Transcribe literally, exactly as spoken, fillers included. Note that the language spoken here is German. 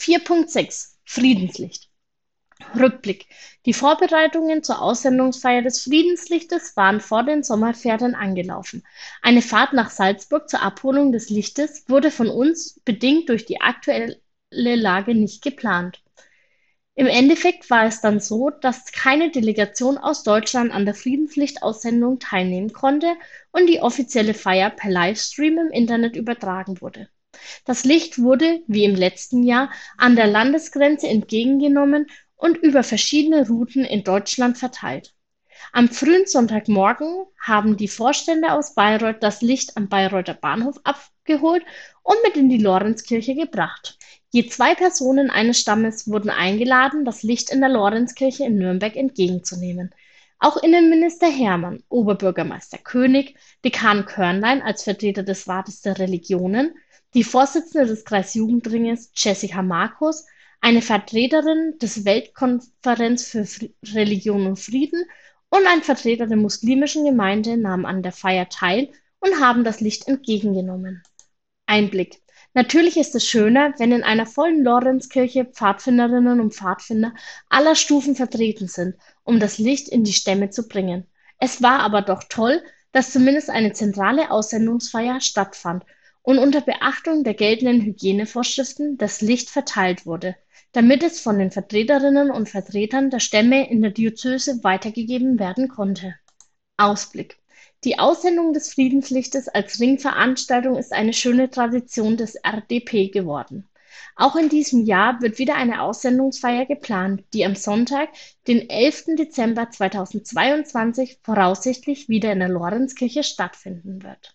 vier Punkt sechs Friedenslicht. Rückblick: Die Vorbereitungen zur Aussendungsfeier des Friedenslichtes waren vor den Sommerferien angelaufen. Eine Fahrt nach Salzburg zur Abholung des Lichtes wurde von uns bedingt durch die aktuelle Lage nicht geplant. Im Endeffekt war es dann so, dass keine Delegation aus Deutschland an der Friedenslichtaussendung teilnehmen konnte und die offizielle Feier per Livestream im Internet übertragen wurde. Das Licht wurde, wie im letzten Jahr, an der Landesgrenze entgegengenommen und über verschiedene Routen in Deutschland verteilt. Am frühen Sonntagmorgen haben die Vorstände aus Bayreuth das Licht am Bayreuther Bahnhof abgeholt und mit in die Lorenzkirche gebracht. Je zwei Personen eines Stammes wurden eingeladen, das Licht in der Lorenzkirche in Nürnberg entgegenzunehmen. Auch Innenminister Hermann, Oberbürgermeister König, Dekan Körnlein als Vertreter des Rates der Religionen, die Vorsitzende des Kreisjugendringes Jessica Markus, eine Vertreterin des Weltkonferenz für Religion und Frieden und ein Vertreter der muslimischen Gemeinde nahmen an der Feier teil und haben das Licht entgegengenommen. Einblick: Natürlich ist es schöner, wenn in einer vollen Lorenzkirche Pfadfinderinnen und Pfadfinder aller Stufen vertreten sind, um das Licht in die Stämme zu bringen. Es war aber doch toll, dass zumindest eine zentrale Aussendungsfeier stattfand und unter Beachtung der geltenden Hygienevorschriften das Licht verteilt wurde, damit es von den Vertreterinnen und Vertretern der Stämme in der Diözese weitergegeben werden konnte. Ausblick: Die Aussendung des Friedenslichtes als Ringveranstaltung ist eine schöne Tradition des R D P geworden. Auch in diesem Jahr wird wieder eine Aussendungsfeier geplant, die am Sonntag, den elften Dezember zweitausendzweiundzwanzig, voraussichtlich wieder in der Lorenzkirche stattfinden wird.